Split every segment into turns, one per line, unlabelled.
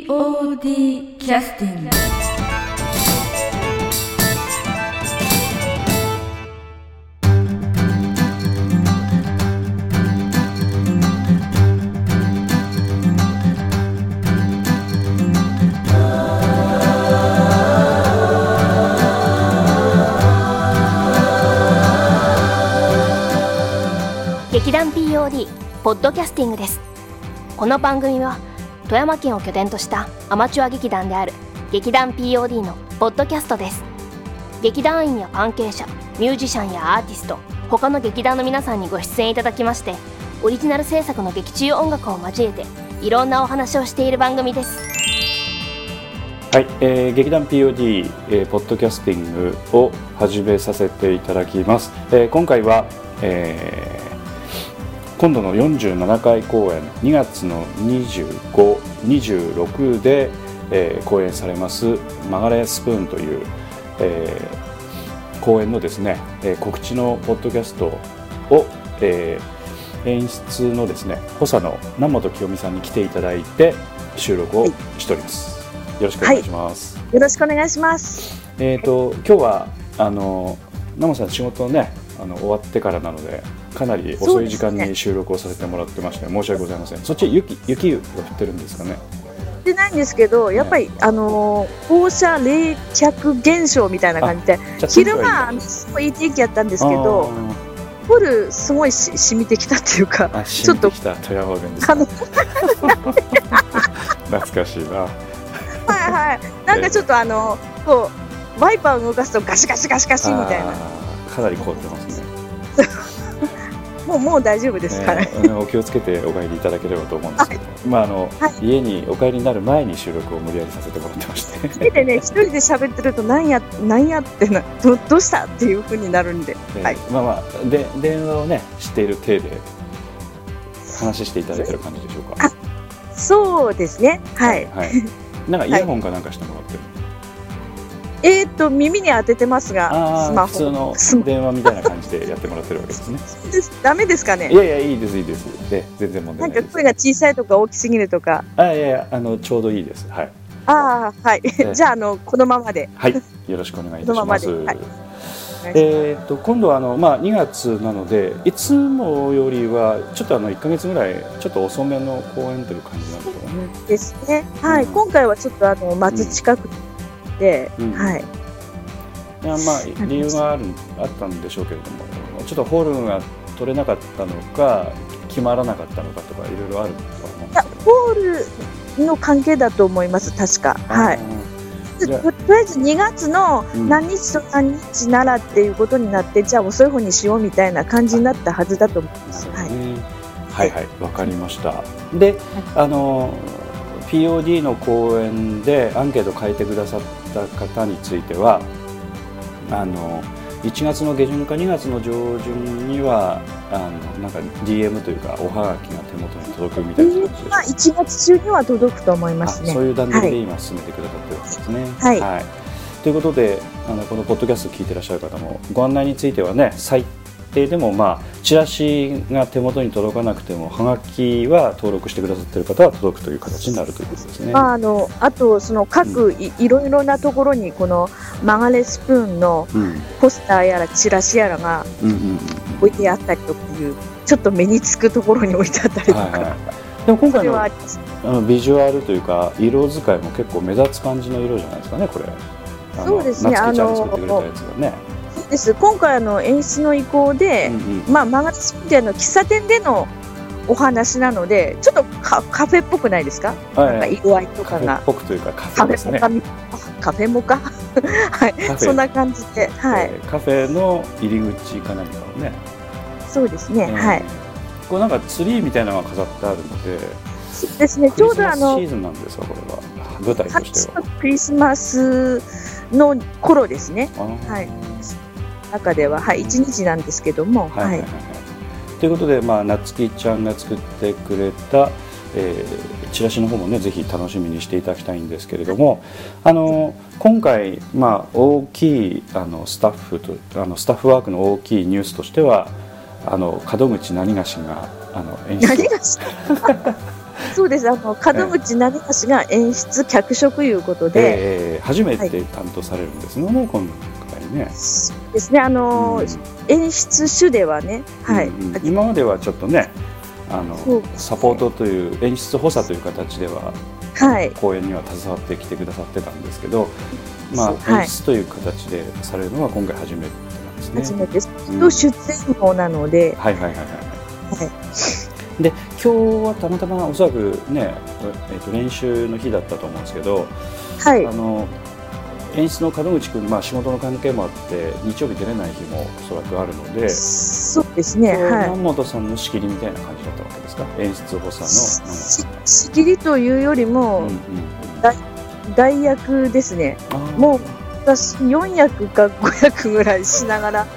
POD キャスティング。
劇団 POD ポッドキャスティングです。この番組は富山県を拠点としたアマチュア劇団である劇団 POD のポッドキャストです。劇団員や関係者、ミュージシャンやアーティスト、他の劇団の皆さんにご出演いただきまして、オリジナル制作の劇中音楽を交えていろんなお話をしている番組です。
はい、劇団 POD、ポッドキャスティングを始めさせていただきます。今回は、今度の47回公演2月の25、26で、公演されます曲がれスプーンという、公演のですね、告知のポッドキャストを、演出のですね補佐の南本清美さんに来ていただいて収録をしております。よろしくお願いします。
よろしくお願いします。
今日は南本さん仕事ね終わってからなのでかなり遅い時間に収録をさせてもらってまして、申し訳ございません。そっち雪が降ってるんですかね。
降ってないんですけど、やっぱり、放射冷却現象みたいな感じで、昼間すごいいい天気やったんですけど、夜すごい染みてきたっていうか、
ちょっと染みてきた富山弁ですね。懐かしいな。
はいはい。なんかちょっとこうワイパーを動かすとガシガシガシガシみたいな。
かなり凍ってますね。
もう大丈夫ですから、
お気をつけてお帰りいただければと思うんですけど、家にお帰りになる前に収録を無理やりさせてもらってまして
家でね一人で喋ってるとなんやってどうしたっていう風になるんで、
で電話をねしている体で話していただける感じでしょうか。
そうですね、はい、
なんかイヤホンかなんかしてもらってる、
耳に当ててますが、スマホ
普通の電話みたいな感じでやってもらってるわけですね。
ダメですかね。
いやいいです全然問題ないです。
なんか声が小さいとか大きすぎるとか。
ちょうどいいです。はい。
はい。じゃあこのままで。
はい。よろしくお願いいたします。今度は2月なのでいつもよりはちょっと1ヶ月ぐらいちょっと遅めの公演という感じなんですかね。
ですね。はい。今回はちょっと松近くで、はい。
いや理由があったんでしょうけれども、ちょっとホールが取れなかったのか決まらなかったのかとかいろいろあると思うんですけど。
ホールの関係だと思います。確か。はい。とりあえず2月の何日と何日ならっていうことになって、じゃあ遅い方にしようみたいな感じになったはずだと思います。
はいわかりました。で、POD の講演でアンケート書いてくださった方については1月の下旬か2月の上旬にはなんか DM というかおはがきが手元に届くみたいな感じです。
1月中には届くと思いますね。
そういう段階で今進めてくださってるわけですね。はい。ということでこのポッドキャスト聞いてらっしゃる方もご案内についてはね、最低でもチラシが手元に届かなくてもはがきは登録してくださっている方は届くという形になるということですね。
あとその各いろいろなところにこの曲がれスプーンのポスターやらチラシやらが置いてあったりとかいうちょっと目につくところに置いてあったりとか、
でも今回のビジュアルというか色使いも結構目立つ感じの色じゃないですかね、これ。
そうですね。
夏希ちゃんに作ってくれたやつがね。
です。今回演出の意向で、曲がれスプーンの喫茶店でのお話なので、ちょっとカフェっぽくないですか？なんか色合いとかが。
カフェっぽくというかカフェですね。
カフェモカはい、そんな感じで、はい。
カフェの入り口か何かをね。
そうですね。はい。
こうなんかツリーみたいなのが飾ってあるので。
そうですね。ちょうど
クリスマスシーズンなんですか、これは舞台としては。
クリスマスの頃ですね。はい。中では1日なんですけども。
ということで夏希ちゃんが作ってくれたチラシの方もねぜひ楽しみにしていただきたいんですけれども、今回大きいスタッフワークの大きいニュースとしては門口何がしが演出
そうです。門口成橋が演出脚色いうことで、
初めて担当されるんですよね、今回ね。
そうですね。演出主ではね、はい。
今まではちょっとね、サポートという演出補佐という形では、公演には携わってきてくださってたんですけど、演出という形でされるのは今回初めてなんですね。
初めてです。出演もなので。
で、今日はたまたまおそらくね、練習の日だったと思うんですけど、演出の門口君、仕事の関係もあって日曜日出れない日もおそらくあるので、
そうですね。
南本さんの仕切りみたいな感じだったわけですか、演出補佐の。
仕切りというよりも、代役ですね。もう私4役か5役ぐらいしながら。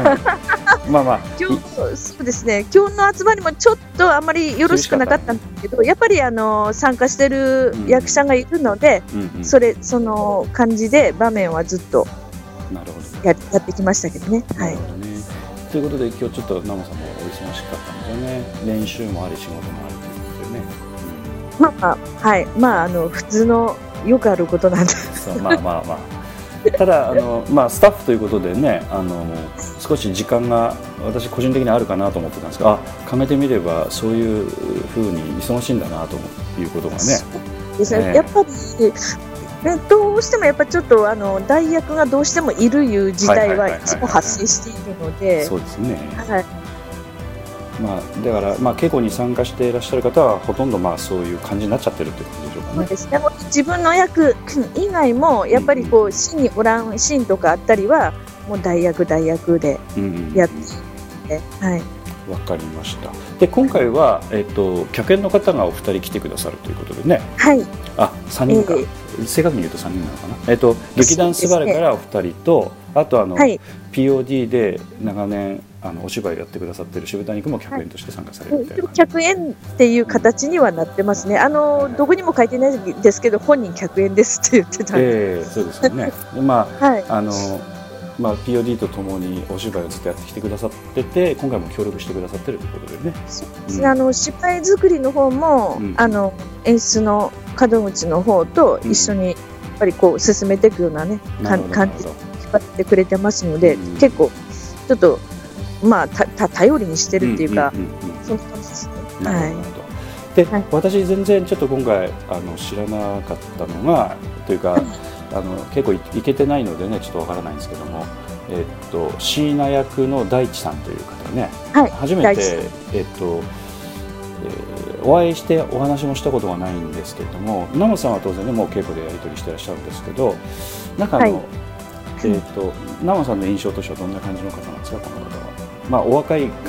そうですね。今日の集まりもちょっとあんまりよろしくなかったんですけど、やっぱり参加してる役者がいるので、その感じで場面はずっとやってきましたけどね。
ということで今日ちょっとナモさんもお忙しかったんですよね。練習もあり仕事もあるということでね。
普通のよくあることなんです。
ただスタッフということでね、少し時間が私個人的にあるかなと思ってたんですが、考えてみればそういうふうに忙しいんだなということがね。
やっぱりどうしてもやっぱちょっと代役がどうしてもいるいう事態はいつも発生しているので、
そうですね。だから稽古に参加していらっしゃる方はほとんどそういう感じになっちゃってるという感じでしょうかね。
そうですね。自分の役以外もやっぱりシーンにおらんシーンとかあったりはもう代役でやって、
わかりました。で今回は客演の方がお二人来てくださるということでね。3人か。正確に言うと3人なのかな。劇団スバルからお二人と、あとPOD で長年お芝居をやってくださっている渋谷君も客演として参加されるみたいな。
客演っていう形にはなってますね。どこにも書いてないですけど本人客演ですって言ってたんで。
そうですよね。POD とともにお芝居をずっとやってきてくださってて、今回も協力してくださってるということでね。
そうですね。芝居作りの方も、演出の門口の方と一緒にやっぱり進めていくようなね、感じで引っ張ってくれてますので、結構ちょっと頼りにしてるっていうか、そんな感じですね。
で、私全然ちょっと今回知らなかったのがというか。結構いけてないのでね、ちょっとわからないんですけども、椎名役の大地さんという方ね、初めてお会いしてお話もしたことがないんですけれども、ナモさんは当然ねもう稽古でやり取りしてらっしゃるんですけど、ナモさんの印象としてはどんな感じの方なんですか、この方は。お若い方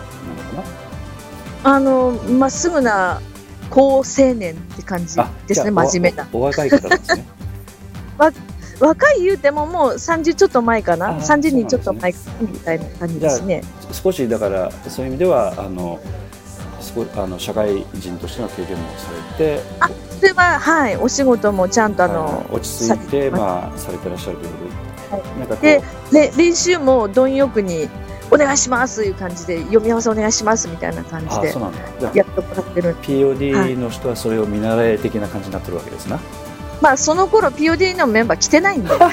なのかな。
まっすぐな好青年って感じですね。真面目な
お若い方ですね。
若い言うてももう30ちょっと前かな、30人ちょっと前みたいな感じですね。
少しだからそういう意味では社会人としての経験もされて、
それはお仕事もちゃんと
落ち着いてされてらっしゃるということで、
で練習も貪欲にお願いしますいう感じで、読み合わせお願いしますみたいな感じでやってもらってる。
POD の人はそれを見習い的な感じになってるわけですな。
その頃 POD のメンバー来てないんでと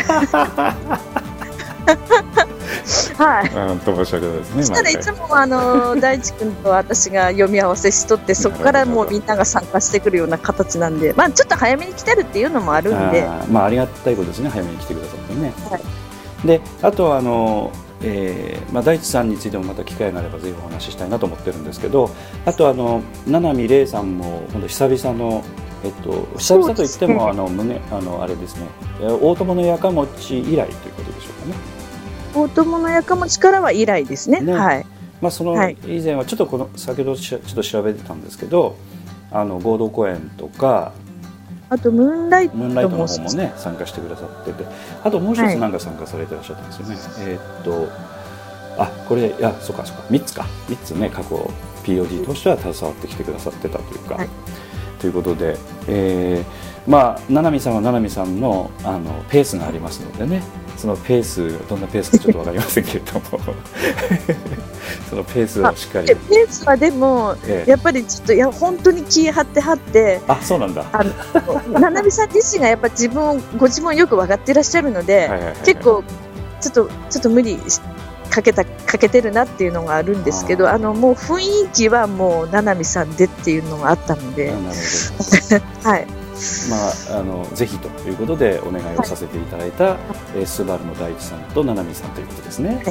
申し訳ないですね。
そしたらいつも大地君と私が読み合わせしとって、そこからもうみんなが参加してくるような形なんで、ちょっと早めに来てるっていうのもあるんで、
ありがたいことですね、早めに来てくださってね。で、あとは大地さんについてもまた機会があればぜひお話ししたいなと思ってるんですけど、あと七海玲さんも今度久々の久々といってもあれですね、大友のやかもち以来ということでしょうかね。
大友のやかもちからは以来ですね。
その以前はちょっと先ほどちょっと調べてたんですけど、合同公演とか、
あとムーンライト
の方もね参加してくださってて、あともう一つなんか参加されてらっしゃったんですよね。これそうか3つね、過去 POD としては携わってきてくださってたというか。ということで、七海さんは七海さんのペースがありますのでね、そのペースどんなペースかちょっと分かりませんけれどもそのペースをしっかり。
ペースはでも、やっぱりちょっと本当に気張って、
あ、そうなんだ。
ななみさん自身がやっぱご自分をよく分かっていらっしゃるので、結構ちょっと無理かけてるなっていうのがあるんですけど、もう雰囲気はもうななみさんでっていうのがあったので、はい。
ぜひということでお願いをさせていただいた、スバルの大地さんとななみさんということですね。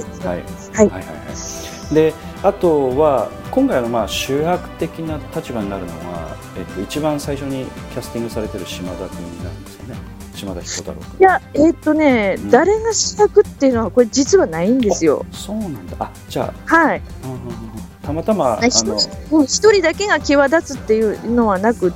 で、あとは今回の主役的な立場になるのは、一番最初にキャスティングされている島田君になるんですよね。島田彦太郎君。
いや、誰が主役っていうのはこれ実はないんですよ。
そうなんだ。あ、じゃあ、
はい。
たまたま
一人だけが際立つっていうのはなくって、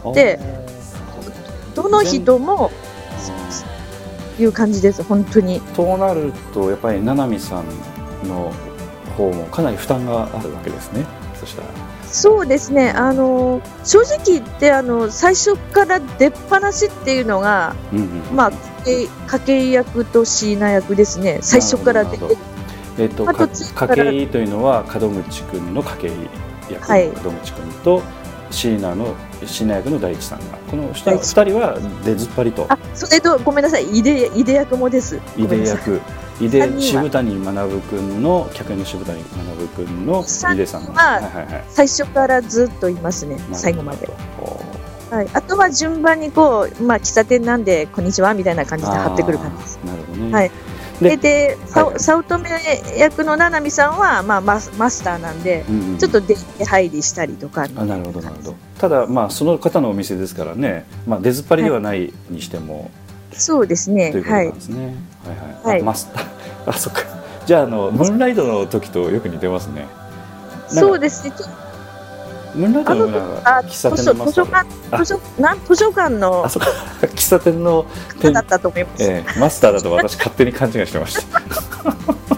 どの人もいう感じです、本当に。
となるとやっぱりななみさんの方もかなり負担があるわけですね。そしたら。
そうですね。正直言って最初から出っ放しっていうのが、筧役と椎名役ですね。最初から出て。
筧というのは門口君の筧役の門口君と椎名役の大地さんが、この2人は出ずっぱりと。
それとごめんなさい、井出役もです。
井出役、渋谷学君の客演の渋谷学君の井出さん
は最初からずっといますね、最後まで。あとは順番に喫茶店なんでこんにちはみたいな感じで貼ってくる感じです。
なるほどね。
で早乙女役のななみさんは、マスターなんで、ちょっと出入りしたりとか。
なるほどなるほど。ただその方のお店ですからね、出ずっぱりではないにしても、
そうですね。
ということなんですね。マスター、そっか。じゃあムーンライトの時とよく似てますね。
そうですね。
ムーンライトの喫茶店のマスター、
図書館の
喫茶店の
だったと思います。
マスターだと私勝手に勘違いしてました。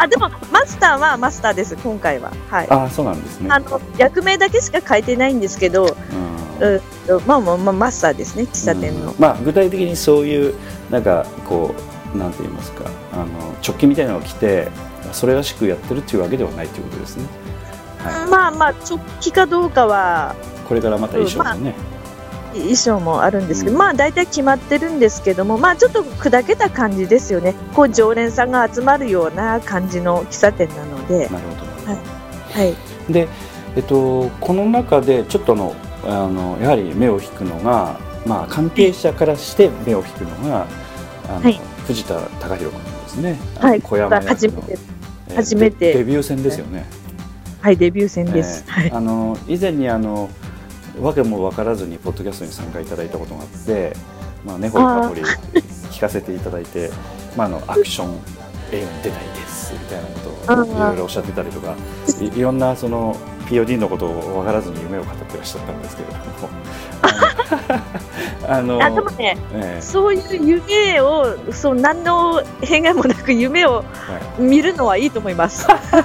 でもマスターはマスターです、今回は。
そうなんですね。
役名だけしか書いてないんですけど、マスターですね、喫茶店の。
具体的にそういうなんて言いますか、直帰みたいなのを着てそれらしくやってるっていうわけではないということですね。
直帰かどうかは
これからまた衣装もね、
衣装もあるんですけど、大体決まってるんですけども、ちょっと砕けた感じですよね。常連さんが集まるような感じの喫茶店なので。
なるほど。で、この中でちょっとやはり目を引くのが、関係者からして目を引くのが藤田貴弘君ですね。小山役の
初めて
デビュー戦ですよね。
デビュー戦です。
以前にわけも分からずにポッドキャストに参加いただいたことがあって、根掘り葉掘り聞かせていただいて、アクション映画に出たいですみたいなことをいろいろおっしゃってたりとか、いろんなPOD のことを分からずに夢を語ってらっしゃったんですけれども
でもね、そういう夢を何の弊害もなく夢を見るのはいいと思います。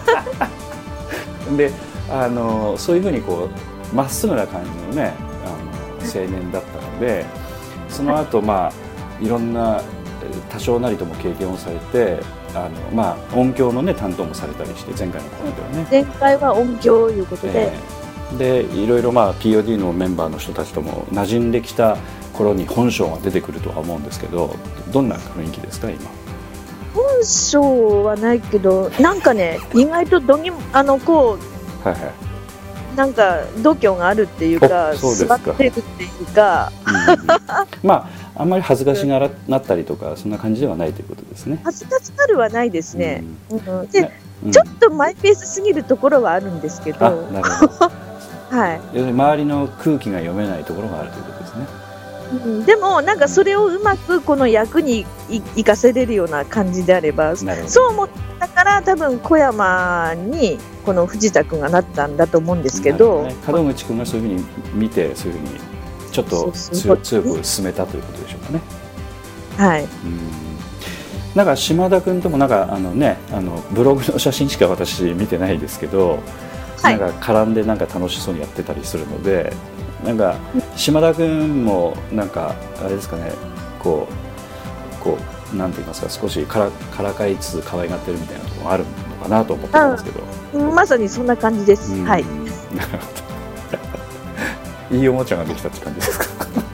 でそういうふうにまっすぐな感じのね青年だったので、その後いろんな多少なりとも経験をされて音響の担当もされたりして、前回のコメントはね、
前回は音響ということで、
でいろいろPOD のメンバーの人たちとも馴染んできた頃に本性が出てくるとは思うんですけど、どんな雰囲気ですか今？
本性はないけど、なんかね意外となんか度胸があるっていうか、座ってるっていうか、
あんまり恥ずかしがなったりとかそんな感じではないということですね。
恥ずかしがるはないですね。で、ちょっとマイペースすぎるところはあるんですけど、
なるほど。周りの空気が読めないところがあるということですね。
でもなんかそれをうまくこの役に生かせれるような感じであれば、そう思ったから多分小山にこの藤田君がなったんだと思うんですけど、
門口君がそういうふうに見て、そういうふうにちょっと強く進めたということでしょうかね。なんか島田君ともなんかブログの写真しか私見てないですけど、なんか絡んでなんか楽しそうにやってたりするので、なんか島田君もなんかあれですかね、なんて言いますか、少しからかいつつ可愛がってるみたいなところがあるのかかなと思ってたんですけど、
まさにそんな感じです。はい。
なるほど。いいおもちゃができたって感じですか。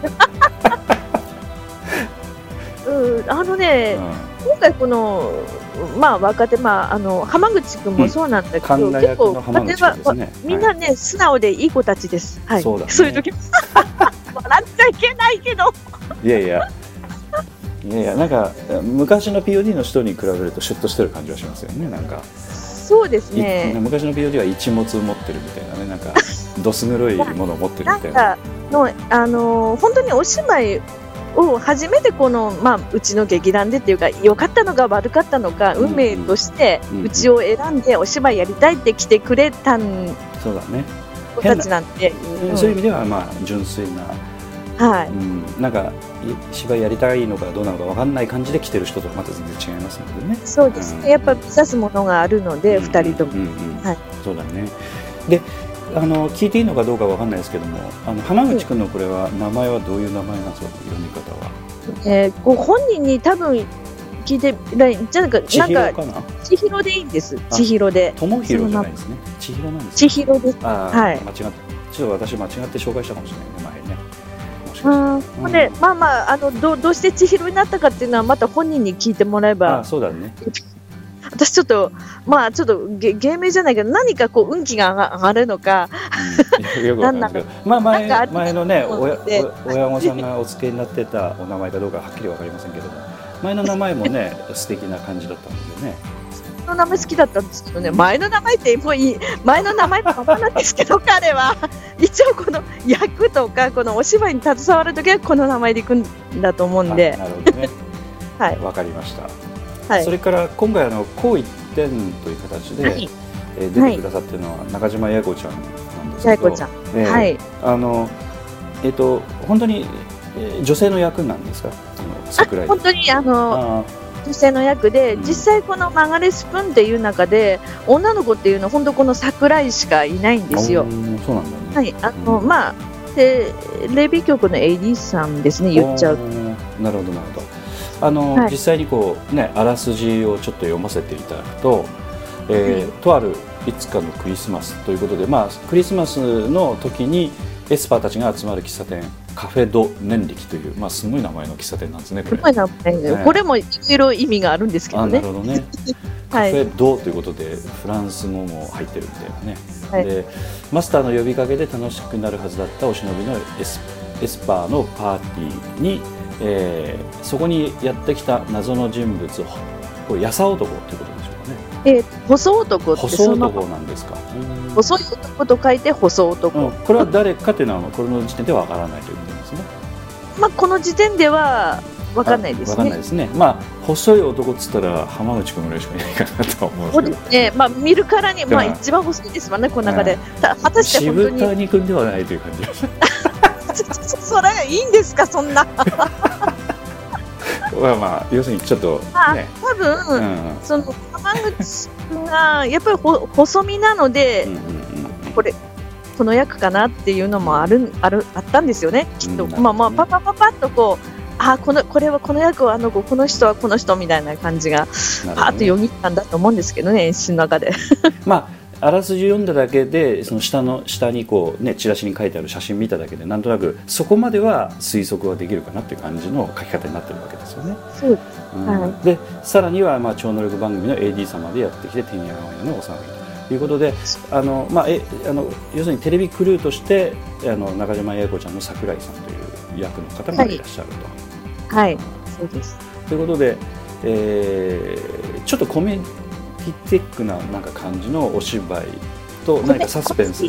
今回この若手浜口君もそうなんだけど、結構若手はみんなね素直でいい子たちです。はい。そういう時笑っちゃいけないけど。
いやなんか昔の POD の人に比べるとシュッとしてる感じはしますよね。なんか
そうですね。
昔の POD は一物を持ってるみたいなね、なんかどす黒いものを持ってるみたいな。
本当にお芝居を初めてうちの劇団でっていうか、良かったのか悪かったのか、運命としてうちを選んでお芝居やりたいって来てくれた
そうだね。
子たちなんて、
そういう意味では純粋な、なんか芝居やりたいのかどうなのか分かんない感じで来てる人とはまた全然違いますのでね。
そうですね。やっぱ目指すものがあるので、2人とも。
そうだね。で聞いていいのかどうかわかんないですけども、浜口君のこれは名前はどういう名前なんですか、読み方は。
ご本人に多分聞いてないじゃなく、
千尋かな。
千尋でいいんです。千尋で。
友弘じゃないですね。千尋なんです。
千尋です。はい。
間違って、ちょっと私間違って紹介したかもしれないね、前ね。
どうして千尋になったかっていうのはまた本人に聞いてもらえば。
そうだね。
私ちょっと芸名じゃないけど、何か運気が上がるのか、
よくわかんないですけど、前のね親御さんがお付けになってたお名前かどうかはっきりわかりませんけども、前の名前もね素敵な感じだったのでね。
の名前好きだったんですけどね、前の名前ってもういい、前の名前もままなんですけど、彼は一応この役とかこのお芝居に携わるときはこの名前でいくんだと思うんで。
なるほどね。
はい。
わかりました。それから今回こう一点という形で出てくださっているのは中島八重子ちゃんなんですけど、はい、本当に女性の役なんですか、桜井。
本当に女性の役で、実際このマガレスプーンっていう中で女の子っていうのは本当この桜井しかいないんですよ。
そうなんだね。
はい、テレビ局の AD さんですね、言っちゃうと。
なるほどなるほど。実際にあらすじをちょっと読ませていただくと、とあるいつかのクリスマスということで、クリスマスの時にエスパーたちが集まる喫茶店、カフェ・ド・ネンリキという、すごい名前の喫茶店なんですね。こ
れもいろいろ意味があるんですけどね。
なるほどね。カフェ・ドということでフランス語も入ってるみたいなね。でマスターの呼びかけで楽しくなるはずだったお忍びのエスパーのパーティーに、そこにやってきた謎の人物、これやさ男ということでしょうかね。
細男って、
細男なんですか。
細い男と書いて細男。
これは誰かというのはこの時点ではわからないということですね。
この時点ではわかんないですね。
わかんないですね。細い男っつったら浜口君ぐらいしかいないかなと思うんですけど。そうです
ね。見るからに一番細いですわね、この中で。果たして本当に
渋谷君ではないという感じです。
それいいんですか、そんな。
要するにちょっとね、
多分、その浜口君がやっぱり細身なので、この役かなっていうのもあったんですよね、きっと。パパッとこれはこの役はこの人はこの人みたいな感じがパーッとよぎったんだと思うんですけどね、演出の中で。
あらすじ読んだだけで、その下にチラシに書いてある写真見ただけでなんとなくそこまでは推測はできるかなっていう感じの書き方になってるわけですよね。
そうです。
でさらには超能力番組の AD 様でやってきててんやわんやのお騒ぎということで、要するにテレビクルーとして中島八重子ちゃんの桜井さんという役の方がいらっしゃる
と。はい、そうです。
ということで、ちょっとコメティックななんか感じのお芝居と何かサスペンス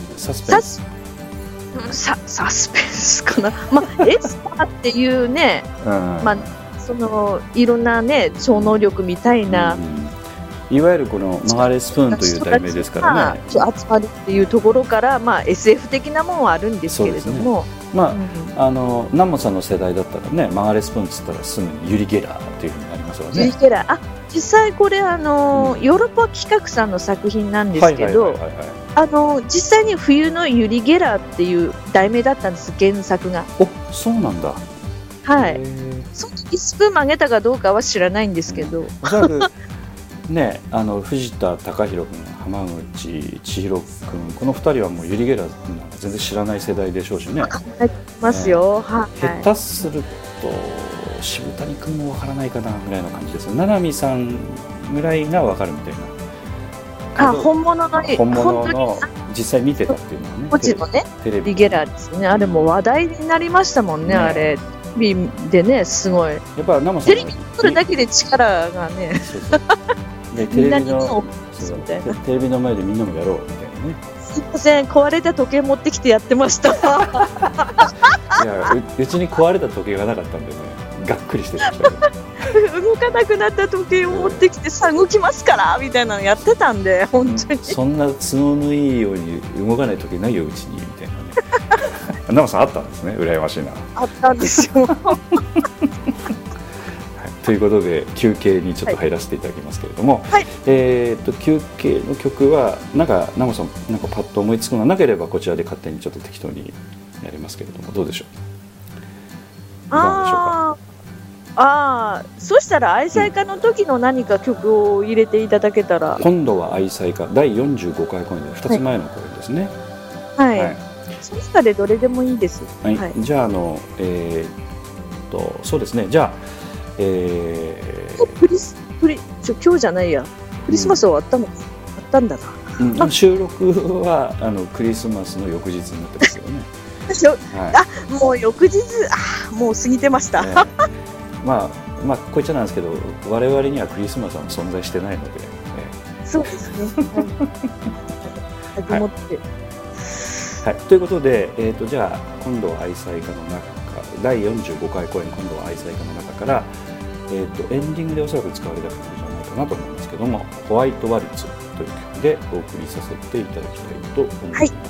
かな。エスパーっていうね、そのいろんなね超能力みたいな、
いわゆるこのマガレスプーンという題名ですからね、
集まるっていうところから、SF 的なものはあるんですけれども、
南本さんの世代だったらね、マガレスプーンっつったらすぐにユリ・ゲラーっていうふうになりますよね。
ユリ・ゲラー、実際これヨーロッパ企画さんの作品なんですけど、実際に冬のユリ・ゲラーっていう題名だったんです、原作が。
そうなんだ。
はい。その時スプーン曲げたかどうかは知らないんですけど。
ね、藤田貴弘君、浜口千尋君、この2人はもうユリ・ゲラーなんか全然知らない世代でしょうしね。
ますよ。
下手すると渋谷君もわからないかなぐらいの感じですよ。七海さんぐらいがわかるみたいな。
本物の
実際見てたっていうのはね。
こっちのね、テレビゲラーですね。あれも話題になりましたもんね。あれテレビでね、すごい。やっぱ生さんテレビに撮るだけで力がね。みんなにの
テレビの前でみんなもやろうみたいなね。
すいません、壊れた時計持ってきてやってました。い
や、うちに壊れた時計がなかったんでね、がっくりしてましたけど。
動かなくなった時計を持ってきてさ、動きますからみたいなのやってたんで、本当に。
そんな都合のいいように動かない時計ないようちにみたいなね。生さんあったんですね、羨ましいな。
あったんですよ。
ということで休憩にちょっと入らせていただきますけれども、はい、休憩の曲はなんかナモさんなんかパッと思いつくのがなければこちらで勝手にちょっと適当にやりますけれども、どうでしょう。
そしたら愛妻家の時の何か曲を入れていただけたら、
今度は愛妻家第45回公演で2つ前の公演ですね。
はい、はい、その中でどれでもいいです。
はい、はい、じゃあそうですね、じゃあ
今日じゃないや、クリスマス終わったの、あったんだ
な。収録はクリスマスの翌日になってますけどね。
はい、もう翌日、もう過ぎてました。
まあこいつなんですけど、我々にはクリスマスは存在してないので。
そうですね。はい、
ということで、じゃあ今度は愛妻家の中第45回公演、今度は愛妻家の中から、エンディングでおそらく使われた曲じゃないかなと思うんですけども、ホワイトワルツという曲でお送りさせていただきたいと思います。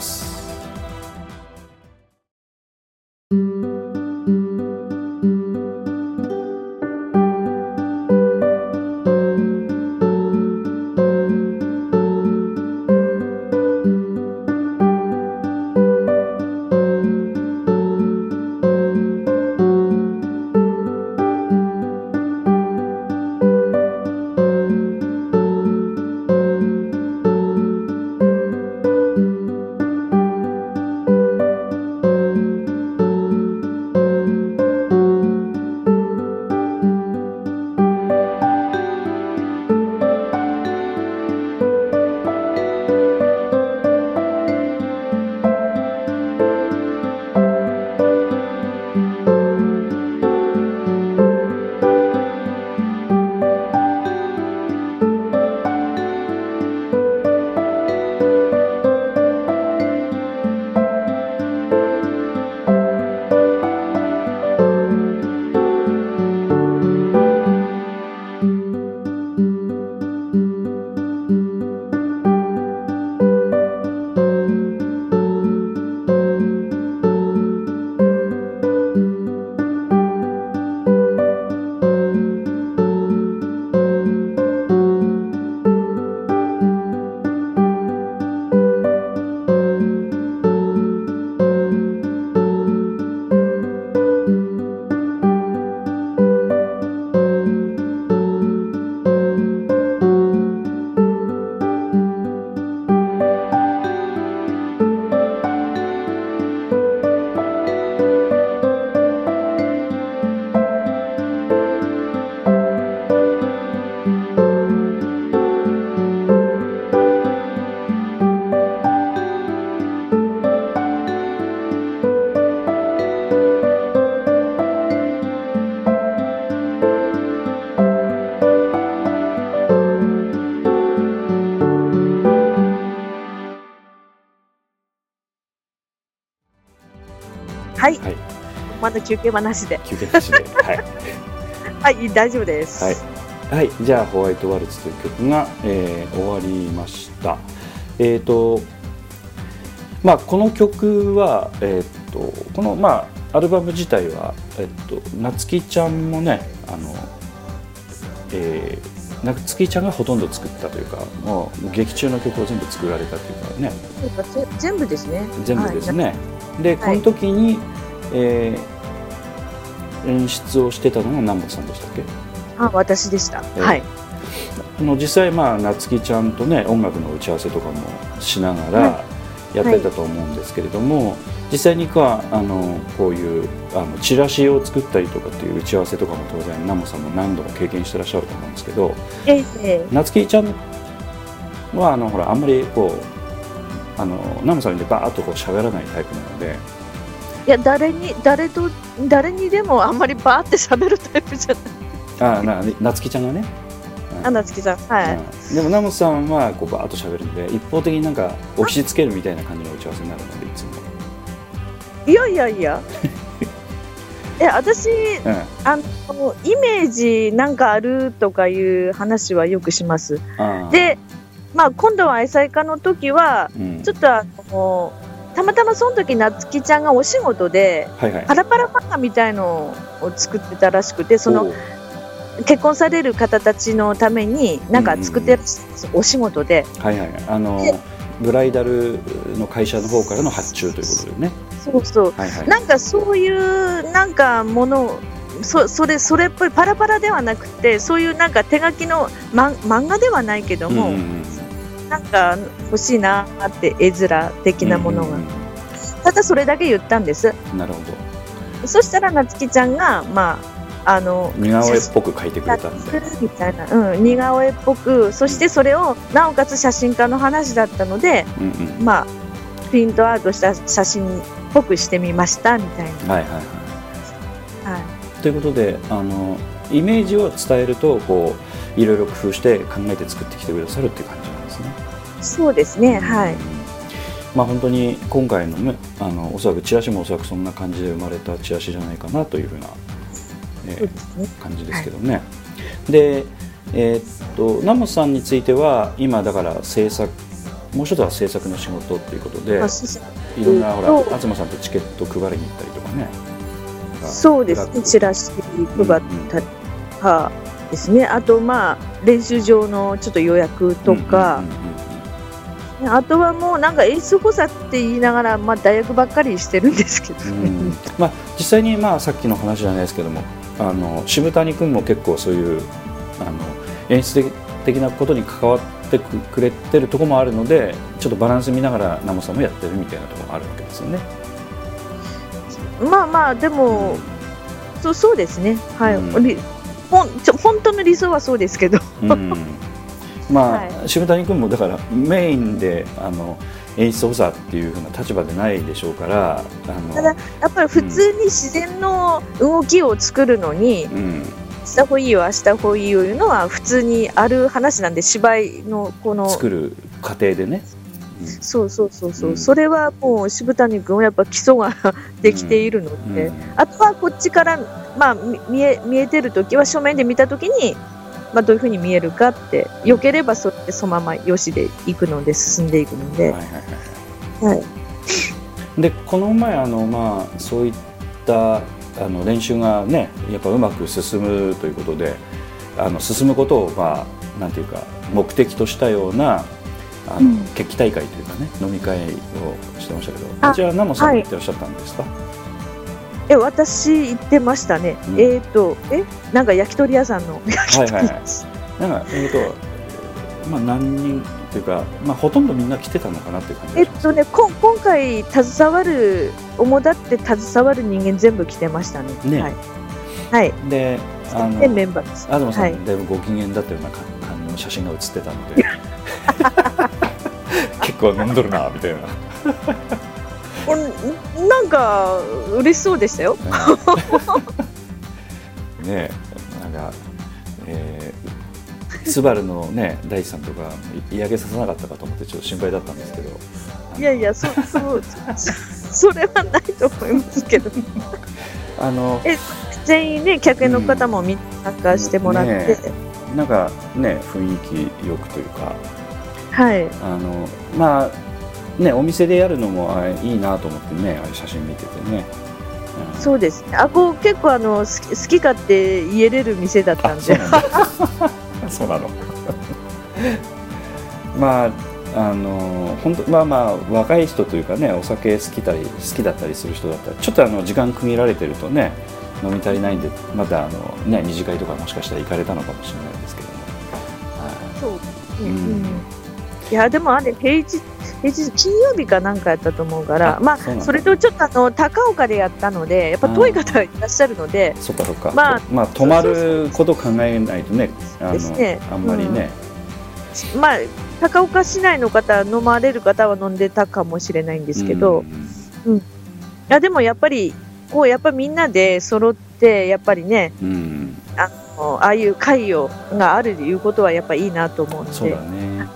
はい、まだ休憩はなしで。
休憩なしで、はい。
はい、大丈夫です。
はい、じゃあホワイトワルツという曲が、終わりました。この曲は、このアルバム自体はなつきちゃんもね、なつきちゃんがほとんど作ったというか、もう劇中の曲を全部作られたというかね。
全部ですね。
全部ですね。で、この時に、演出をしてたのが南本さんでしたっけ？
私でした。はい。
実際夏希ちゃんとね音楽の打ち合わせとかもしながらやってたと思うんですけれども、実際にはこういうチラシを作ったりとかっていう打ち合わせとかも当然ナモさんも何度も経験してらっしゃると思うんですけど、夏希ちゃんはほらあんまりこうナモさんにバーッとこう喋らないタイプなので、
いや誰にでもあんまりバーって喋るタイプじゃない。
夏希ちゃんがね。
夏希さん、はい。
でもナモさんはこうバーッと喋るんで、一方的になんか押し付けるみたいな感じの打ち合わせになるのでいつも。
いや私、イメージなんかあるとかいう話はよくします。で、今度は愛妻家の時は、ちょっとたまたまその時夏希ちゃんがお仕事で、パラパラ漫画みたいのを作ってたらしくて、結婚される方たちのためになんか作ってるお仕事で、
ブライダルの会社の方からの発注ということでね。
そう、なんかそういうなんかもの、それっぽいパラパラではなくて、そういうなんか手書きの漫画ではないけども、なんか欲しいなって絵面的なものが、ただそれだけ言ったんです。
なるほど。
そしたら夏希ちゃんが
似顔絵っぽく描いてくれたんで
みたいな、似顔絵っぽく、そしてそれをなおかつ写真家の話だったので、プリントアウトした写真っぽくしてみましたみたいな。
ということでイメージを伝えるとこういろいろ工夫して考えて作ってきてくださるっていう感じなんですね。
そうですね、はい。
本当に今回のねおそらくチラシもおそらくそんな感じで生まれたチラシじゃないかなというふうな感じですけどね。で、ナモさんについては今だから制作、もう一つは制作の仕事ということで、いろんなほら東さんとチケット配りに行ったりとかね。
そうですね、チラシ配ったりとかですね。あと練習場のちょっと予約とか、あとはもうなんか演出補佐って言いながら大学ばっかりしてるんですけどね。
実際にさっきの話じゃないですけども、渋谷君も結構そういう演出的なことに関わってくれてるところもあるので、ちょっとバランス見ながらナモさんもやってるみたいなところもあるわけですよね。
でも、そうですね、はい。本当の理想はそうですけど、渋谷君もだからメインで演出補佐っていう風な立場でないでしょうから、ただやっぱり普通に自然の動きを作るのに、した方がいいよ、あした方がいいよいうのは普通にある話なんで、芝居のこの
作る過程でね。
そう、それはもう渋谷君はやっぱ基礎ができているので、あとはこっちから見えてるときは正面で見たときにどういうふうに見えるかって、よければそれでそのままよしでいくので進んでいくので、
でこの前そういった練習がねやっぱうまく進むということで、進むことをなんていうか目的としたような決起大会というかね、飲み会をしてましたけど、こちらナモさんも行ってらっしゃったんですか？
私行ってましたね。なんか焼き鳥屋さんの焼き鳥
なんか何人というか、ほとんどみんな来てたのかなっていう感じですね。
今回主だって携わる人間全部来てましたね。はい。でメンバーです。
東さんだいぶご機嫌だったような感じの写真が写ってたので結構飲んどるなみたいな
なんか嬉しそうでしたよ。
ね、なんかスバルのね大地さんとか嫌気させなかったかと思ってちょっと心配だったんですけど。
いやそれはないと思いますけど。全員ね客演の方も参加してもらって、
なんかね雰囲気よくというか。お店でやるのもいいなと思ってね、ああいう写真見ててね。
そうですね。結構好き勝手言えれる店だったんで。
そうなの。本当若い人というかね、お酒好きだったりする人だったらちょっと時間区切られてるとね飲み足りないんで、また二次会とかもしかしたら行かれたのかもしれないですけども、
いやでもあれ平日金曜日かなんかやったと思うから、それとちょっと高岡でやったので、やっぱ遠い方がいらっしゃるので、
そっかそっか、泊まること考えないとね、あんまりね、
高岡市内の方、飲まれる方は飲んでたかもしれないんですけど、いやでもやっぱりやっぱみんなで揃ってやっぱりね、ああいう会があるということはやっぱりいいなと思うので。
そうだね。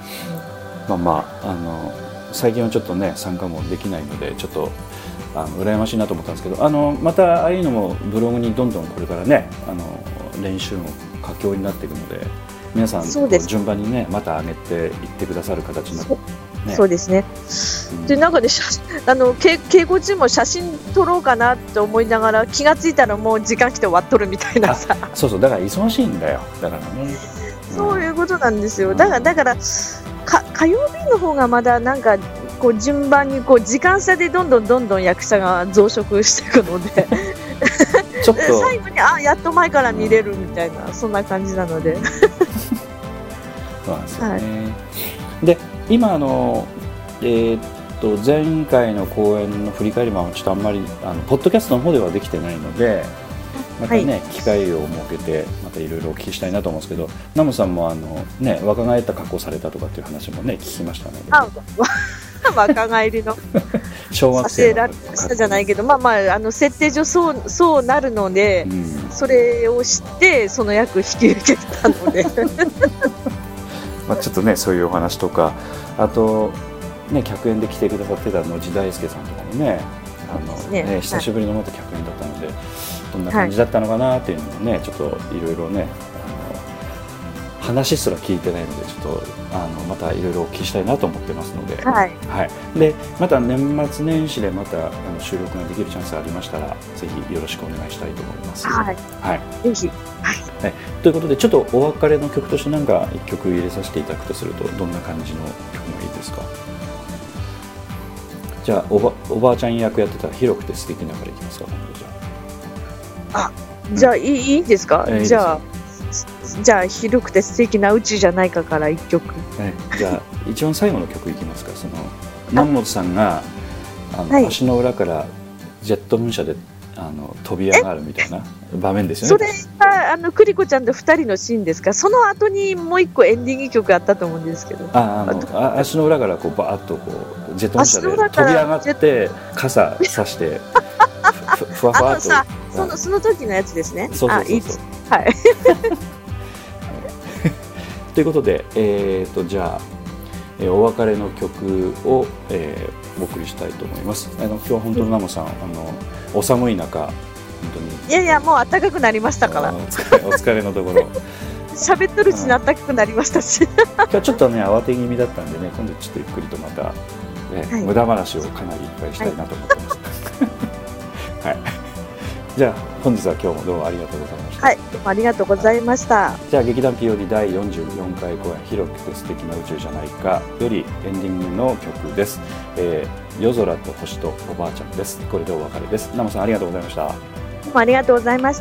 最近はちょっとね参加もできないのでちょっと羨ましいなと思ったんですけど、またああいうのもブログにどんどんこれからね練習も佳境になっていくので、皆さん順番にねまた上げていってくださる形になって、ね、
そうですね。でなんかね稽古中も写真撮ろうかなと思いながら気がついたらもう時間来て終わっとるみたいなさ。
そうだから忙しいんだよ。だからね。
そういうことなんですよ。だから火曜日の方がまだなんか順番に時間差でどんどん役者が増殖していくのでちょっと最後にやっと前から見れるみたいな、そんな感じなので
そうなんですよね。で今前回の公演の振り返りもちょっとあんまりポッドキャストの方ではできてないので、またね、機会を設けてまたいろいろお聞きしたいなと思うんですけど、ナムさんも若返った格好されたとかっていう話もね聞きましたので、
若返りの
小学生の
したじゃないけど、設定上そうなるので、それを知ってその役引き受けたのでち
ょっとねそういうお話とか、あとね客演で来てくださってた野地大輔さんとかもね久しぶりのまた客演だったので、どんな感じだったのかなっていうのもね、ちょっといろいろね話すら聞いてないので、ちょっとまたいろいろお聞きしたいなと思ってますので、でまた年末年始でまた収録ができるチャンスがありましたら、ぜひよろしくお願いしたいと思います。
ぜひ。
ということで、ちょっとお別れの曲として何か一曲入れさせていただくとすると、どんな感じの曲がいいですか？じゃあおばあちゃん役やってた広くて素敵なからいきますか？
じゃあいいんですか？じゃあ広くて素敵なうちじゃないかから一曲。
じゃあ一番最後の曲いきますか？南本さんが足の裏からジェット噴射で飛び上がるみたいな場面ですよね。
それがクリコちゃんと2人のシーンですか？その後にもう一個エンディング曲あったと思うんですけど、
足の裏からバーッとジェット噴射で飛び上がって傘さしてふわふわっと
その時のやつですね。
そうはいということで、じゃあ、お別れの曲を、お送りしたいと思います。今日は本当にナモさん、お寒い中本当に
いやもう暖かくなりましたから。
お疲れのところ
喋っとるうちに暖かくなりましたし
今日はちょっとね慌て気味だったんでね、今度ちょっとゆっくりとまた、無駄話をかなりいっぱいしたいなと思ってます。じゃあ本日は今日もどうもありがとうございました。
どうもありがとうございました。
じゃあ劇団 POD 第44回公演広くて素敵な宇宙じゃないかよりエンディングの曲です。夜空と星とおばあちゃんです。これでお別れです。ナモさんありがとうございました。
どうもありがとうございました。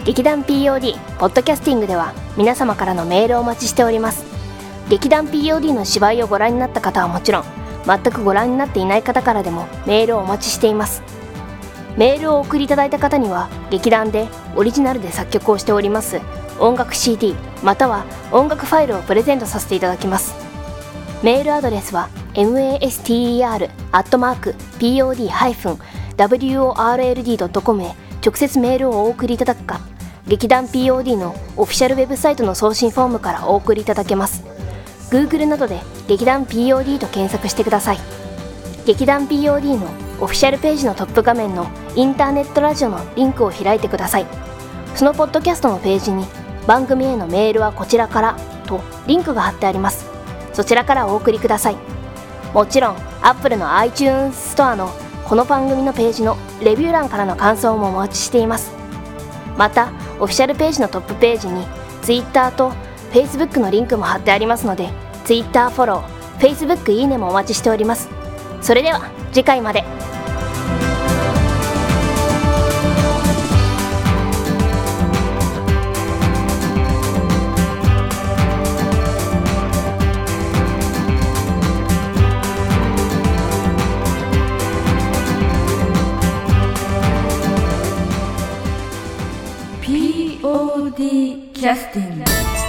劇団 POD ポッドキャスティングでは皆様からのメールをお待ちしております。劇団 POD の芝居をご覧になった方はもちろん、全くご覧になっていない方からでもメールをお待ちしています。メールをお送りいただいた方には、劇団でオリジナルで作曲をしております音楽 CD または音楽ファイルをプレゼントさせていただきます。メールアドレスは master@pod-world.com へ直接メールをお送りいただくか、劇団 POD のオフィシャルウェブサイトの送信フォームからお送りいただけます。 Google などで劇団 POD と検索してください。劇団 POD のオフィシャルページのトップ画面のインターネットラジオのリンクを開いてください。そのポッドキャストのページに番組へのメールはこちらからとリンクが貼ってあります。そちらからお送りください。もちろん Apple の iTunes ストアのこの番組のページのレビュー欄からの感想もお待ちしています。またオフィシャルページのトップページに Twitter と Facebook のリンクも貼ってありますので、 Twitter フォロー、 Facebook いいねもお待ちしております。それでは次回まで。
POD キャスティング。